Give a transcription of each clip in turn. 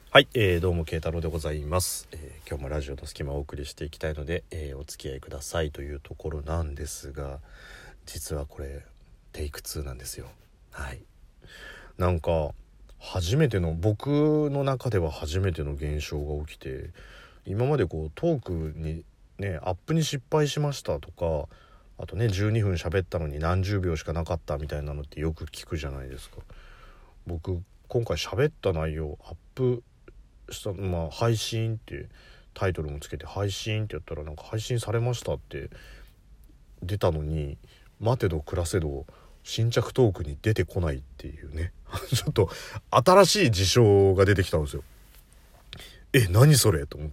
はい、どうも慶太郎でございます。今日もラジオの隙間をお送りしていきたいので、お付き合いくださいというところなんですが、実はこれテイク2なんですよ。はい。なんか僕の中では初めての現象が起きて、今までこうトークにねアップに失敗しましたとか、あとね12分喋ったのに何十秒しかなかったみたいなのってよく聞くじゃないですか。僕今回喋った内容アップした配信ってタイトルもつけて配信ってやったらなんか配信されましたって出たのに、待てど暮らせど新着トークに出てこないっていうねちょっと新しい事象が出てきたんですよ。何それと思って、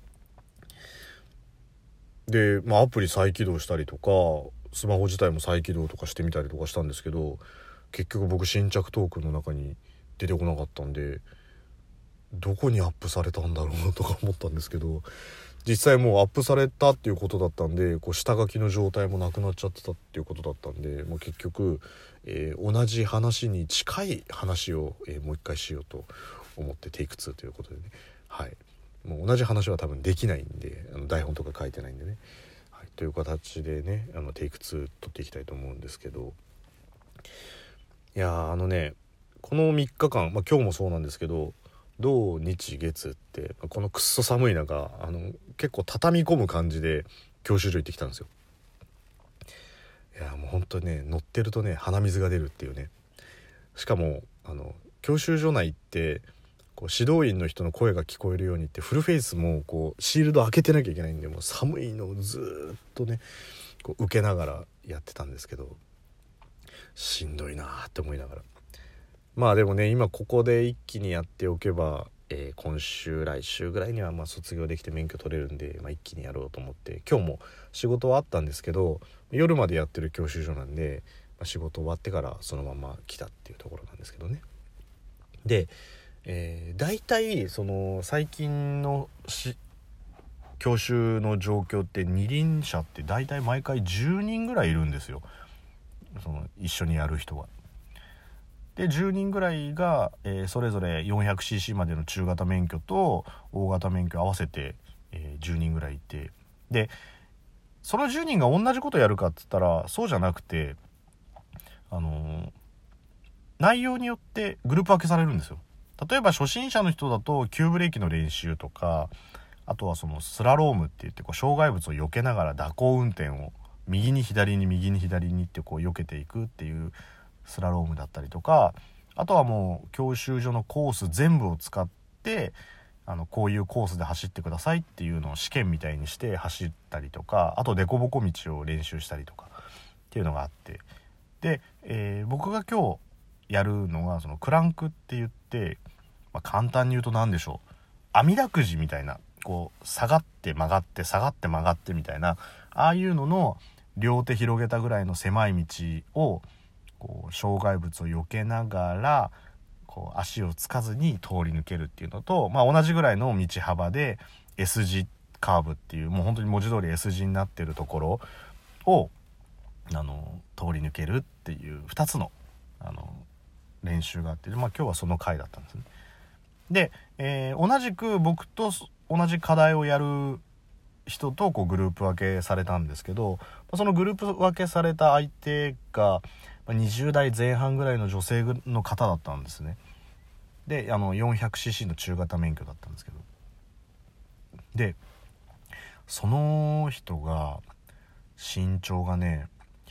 でアプリ再起動したりとかスマホ自体も再起動とかしてみたりとかしたんですけど、結局僕新着トークの中に出てこなかったんで、どこにアップされたんだろうとか思ったんですけど、実際もうアップされたっていうことだったんで、こう下書きの状態もなくなっちゃってたっていうことだったんで、もう結局、同じ話に近い話を、もう一回しようと思ってテイク2ということでね。はい。もう同じ話は多分できないんで、台本とか書いてないんでね、はい、という形でねテイク2撮っていきたいと思うんですけど、いやこの3日間、今日もそうなんですけど、土日月ってこのくっそ寒い中結構畳み込む感じで教習所行ってきたんですよ。いやもう本当にね、乗ってるとね鼻水が出るっていうね。しかも教習所内ってこう指導員の人の声が聞こえるようにってフルフェイスもこうシールド開けてなきゃいけないんで、もう寒いのをずっとねこう受けながらやってたんですけど、しんどいなーって思いながら、でもね今ここで一気にやっておけば、今週来週ぐらいには卒業できて免許取れるんで、一気にやろうと思って、今日も仕事はあったんですけど夜までやってる教習所なんで、仕事終わってからそのまま来たっていうところなんですけどね。で、だいたいその最近の教習の状況って二輪車ってだいたい毎回10人ぐらいいるんですよ、その一緒にやる人が。で10人ぐらいが、それぞれ 400cc までの中型免許と大型免許合わせて、10人ぐらいいて、でその10人が同じことやるかっつったらそうじゃなくて、内容によってグループ分けされるんですよ。例えば初心者の人だと急ブレーキの練習とか、あとはそのスラロームって言ってこう障害物を避けながら蛇行運転を右に左に右に左にってこう避けていくっていうスラロームだったりとか、あとはもう教習所のコース全部を使ってこういうコースで走ってくださいっていうのを試験みたいにして走ったりとか、あと凸凹道を練習したりとかっていうのがあって、で、僕が今日やるのがそのクランクって言って、簡単に言うと何でしょう、網だくじみたいな、こう下がって曲がって下がって曲がってみたいな、ああいうのの両手広げたぐらいの狭い道をこう障害物を避けながらこう足をつかずに通り抜けるっていうのと、同じぐらいの道幅で S 字カーブっていう、もう本当に文字通り S 字になってるところを通り抜けるっていう2つの練習があって、今日はその回だったんですね。で、同じく僕と同じ課題をやる人とこうグループ分けされたんですけど、そのグループ分けされた相手が20代前半ぐらいの女性の方だったんですね。で400cc の中型免許だったんですけど、でその人が身長がね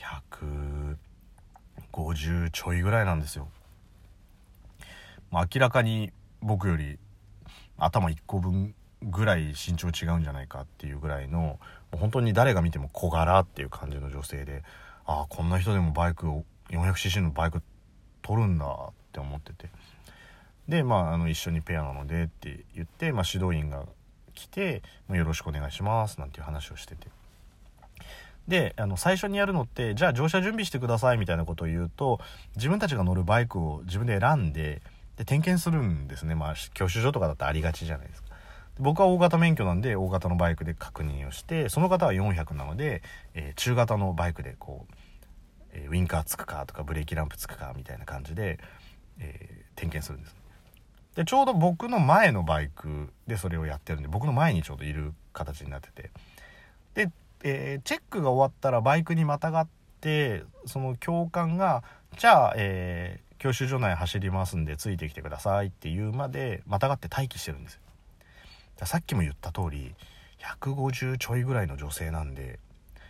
150ちょいぐらいなんですよ。明らかに僕より頭1個分ぐらい身長違うんじゃないかっていうぐらいの、もう本当に誰が見ても小柄っていう感じの女性で、こんな人でもバイクを 400cc のバイク取るんだって思ってて、で一緒にペアなのでって言って、指導員が来てよろしくお願いしますなんていう話をしてて、で最初にやるのって、じゃあ乗車準備してくださいみたいなことを言うと、自分たちが乗るバイクを自分で選んで点検するんですね。教習所とかだとありがちじゃないですか。僕は大型免許なんで大型のバイクで確認をして、その方は400なので、中型のバイクでこう、ウインカーつくかとかブレーキランプつくかみたいな感じで、点検するんです。 でちょうど僕の前のバイクでそれをやってるんで、僕の前にちょうどいる形になってて、で、チェックが終わったらバイクにまたがって、その教官がじゃあ、教習所内走りますんでついてきてくださいって言うまでまたがって待機してるんですよ。さっきも言った通り150ちょいぐらいの女性なんで、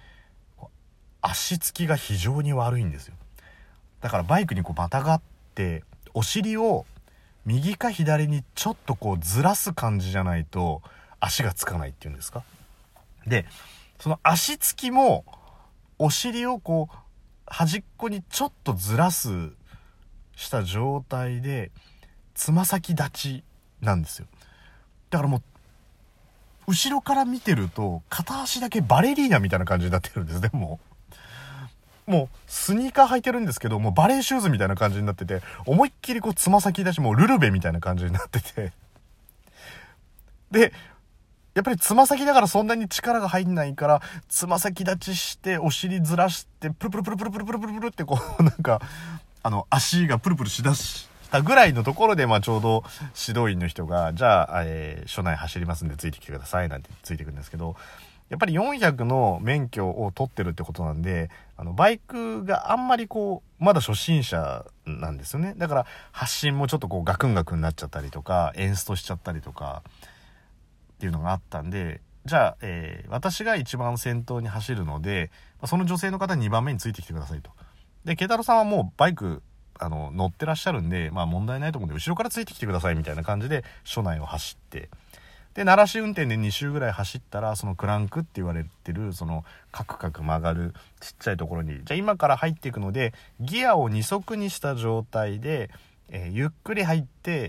足つきが非常に悪いんですよ。だからバイクにこうまたがってお尻を右か左にちょっとこうずらす感じじゃないと足がつかないっていうんですか。でその足つきもお尻をこう端っこにちょっとずらすした状態でつま先立ちなんですよ。だからもう後ろから見てると片足だけバレリーナみたいな感じになってるんですね。もうスニーカー履いてるんですけど、もうバレーシューズみたいな感じになってて、思いっきりこうつま先立ち、もうルルベみたいな感じになってて、でやっぱりつま先だからそんなに力が入んないから、つま先立ちしてお尻ずらしてプルプルプルプルプルプルプルプルってこうなんか足がプルプルしだしたぐらいのところで、ちょうど指導員の人がじゃあ、署内走りますんでついてきてくださいなんてついてくるんですけど、やっぱり400の免許を取ってるってことなんで、バイクがあんまりこうまだ初心者なんですよね。だから発進もちょっとこうガクンガクンになっちゃったりとかエンストしちゃったりとかっていうのがあったんで、じゃあ、私が一番先頭に走るので、その女性の方2番目についてきてくださいと。で慶太郎さんはもうバイク乗ってらっしゃるんで、問題ないと思うんで後ろからついてきてくださいみたいな感じで署内を走って、で鳴らし運転で2周ぐらい走ったら、そのクランクって言われてるそのカクカク曲がるちっちゃいところに、じゃあ今から入っていくのでギアを2速にした状態で、ゆっくり入って、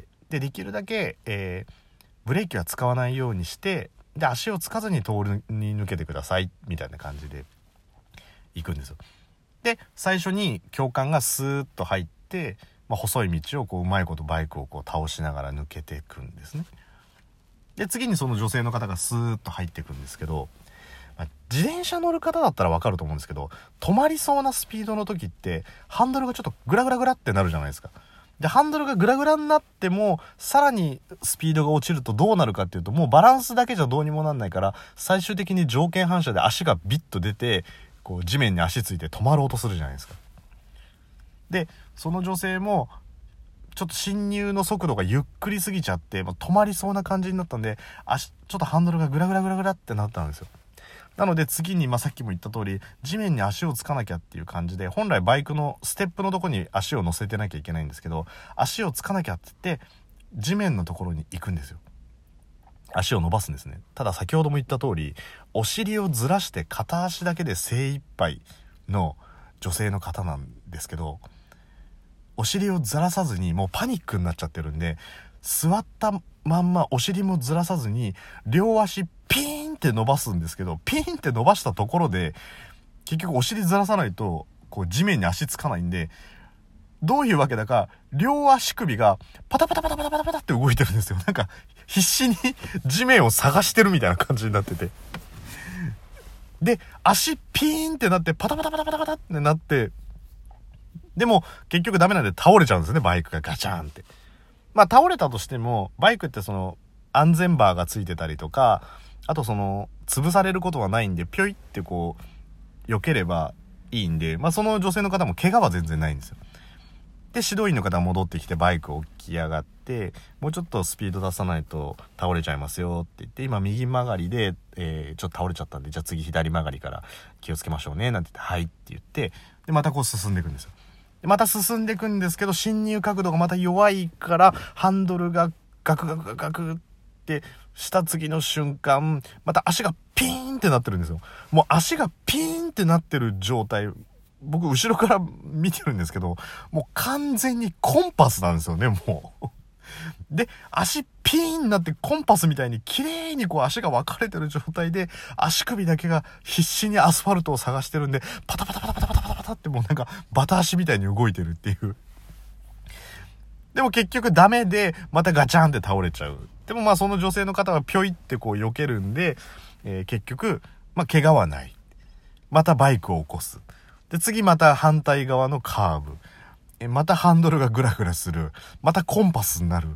できるだけ、ブレーキは使わないようにして、で足をつかずに通り抜けてくださいみたいな感じで行くんですよ。で最初に教官がスーッと入って、細い道をこううまいことバイクをこう倒しながら抜けていくんですね。で次にその女性の方がスーッと入っていくんですけど、自転車乗る方だったらわかると思うんですけど、止まりそうなスピードの時ってハンドルがちょっとグラグラグラってなるじゃないですか。でハンドルがグラグラになってもさらにスピードが落ちるとどうなるかっていうと、もうバランスだけじゃどうにもなんないから、最終的に条件反射で足がビッと出て、こう地面に足ついて止まろうとするじゃないですか。でその女性もちょっと進入の速度がゆっくりすぎちゃって、止まりそうな感じになったんで、ちょっとハンドルがグラグラグラグラってなったんですよ。なので次に、さっきも言った通り地面に足をつかなきゃっていう感じで、本来バイクのステップのとこに足を乗せてなきゃいけないんですけど、足をつかなきゃって言って地面のところに行くんですよ。足を伸ばすんですね。ただ先ほども言った通り、お尻をずらして片足だけで精一杯の女性の方なんですけど、お尻をずらさずにもうパニックになっちゃってるんで、座ったまんまお尻もずらさずに両足ピーンって伸ばすんですけど、ピーンって伸ばしたところで結局お尻ずらさないとこう地面に足つかないんで、どういうわけだか両足首がパタパタパタパタパタパタって動いてるんですよ。なんか必死に地面を探してるみたいな感じになってて、で足ピーンってなってパタパタパタパタパタってなって、でも結局ダメなんで倒れちゃうんですよね、バイクがガチャンって。倒れたとしてもバイクってその安全バーがついてたりとか、あとその潰されることはないんでピョイってこう避ければいいんで、その女性の方も怪我は全然ないんですよ。で指導員の方が戻ってきてバイクを起き上がって、もうちょっとスピード出さないと倒れちゃいますよって言って、今右曲がりで、ちょっと倒れちゃったんで、じゃあ次左曲がりから気をつけましょうねなんて言って、はいって言って、でまたこう進んでいくんですよ。でまた進んでいくんですけど、進入角度がまた弱いからハンドルがガクガクガクってした次の瞬間、また足がピーンってなってるんですよ。もう足がピーンってなってる状態、僕後ろから見てるんですけど、もう完全にコンパスなんですよね、もう。で足ピーンになってコンパスみたいに綺麗にこう足が分かれてる状態で、足首だけが必死にアスファルトを探してるんで、パタパタパタパタパタパタパタってもうなんかバタ足みたいに動いてるっていう。でも結局ダメでまたガチャンって倒れちゃう。でもその女性の方はピョイってこう避けるんで、結局怪我はない。またバイクを起こす。で次また反対側のカーブ、またハンドルがグラグラする、またコンパスになる、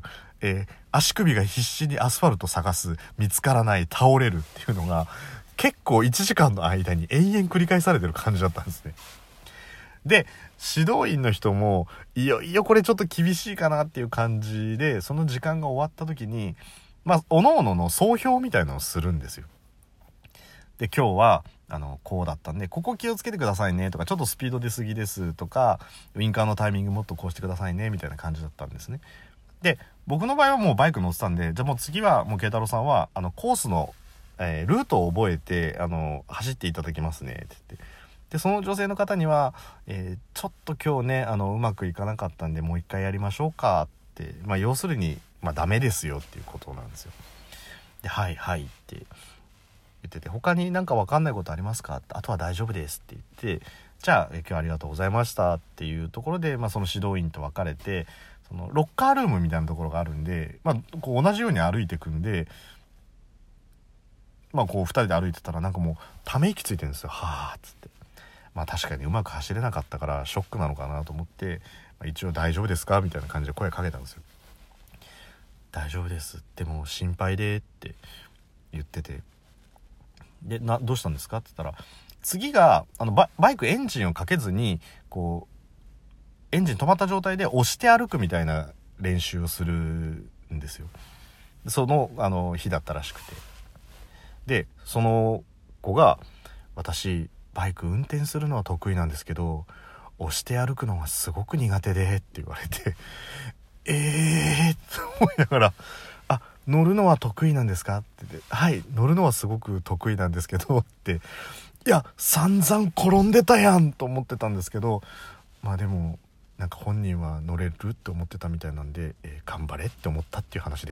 足首が必死にアスファルト探す、見つからない、倒れるっていうのが結構1時間の間に延々繰り返されてる感じだったんですね。で、指導員の人もいよいよこれちょっと厳しいかなっていう感じで、その時間が終わった時に各々の総評みたいなのをするんですよ。で、今日はこうだったんで、ここ気をつけてくださいねとか、ちょっとスピード出過ぎですとか、ウインカーのタイミングもっとこうしてくださいねみたいな感じだったんですね。で、僕の場合はもうバイク乗ってたんで、じゃあもう次はもう慶太郎さんはコースの、ルートを覚えて走っていただきますねって言って、でその女性の方には、ちょっと今日ねうまくいかなかったんでもう一回やりましょうかって、要するにダメですよっていうことなんですよ。で、はいはいって言ってて、他になんか分かんないことありますかって、あとは大丈夫ですって言って、じゃあ今日はありがとうございましたっていうところで、その指導員と別れて、そのロッカールームみたいなところがあるんで、こう同じように歩いてくんで、こう2人で歩いてたらなんかもうため息ついてるんですよ。はーっつって、確かにうまく走れなかったからショックなのかなと思って、一応大丈夫ですかみたいな感じで声かけたんですよ。大丈夫です、でも心配でって言ってて、でどうしたんですかって言ったら、次がバイクエンジンをかけずにこうエンジン止まった状態で押して歩くみたいな練習をするんですよ。その日だったらしくて、でその子が、私バイク運転するのは得意なんですけど押して歩くのがすごく苦手でって言われてと思いながら、乗るのは得意なんですかって言って、はい乗るのはすごく得意なんですけどって、いや散々転んでたやんと思ってたんですけど、でもなんか本人は乗れるって思ってたみたいなんで、頑張れって思ったっていう話で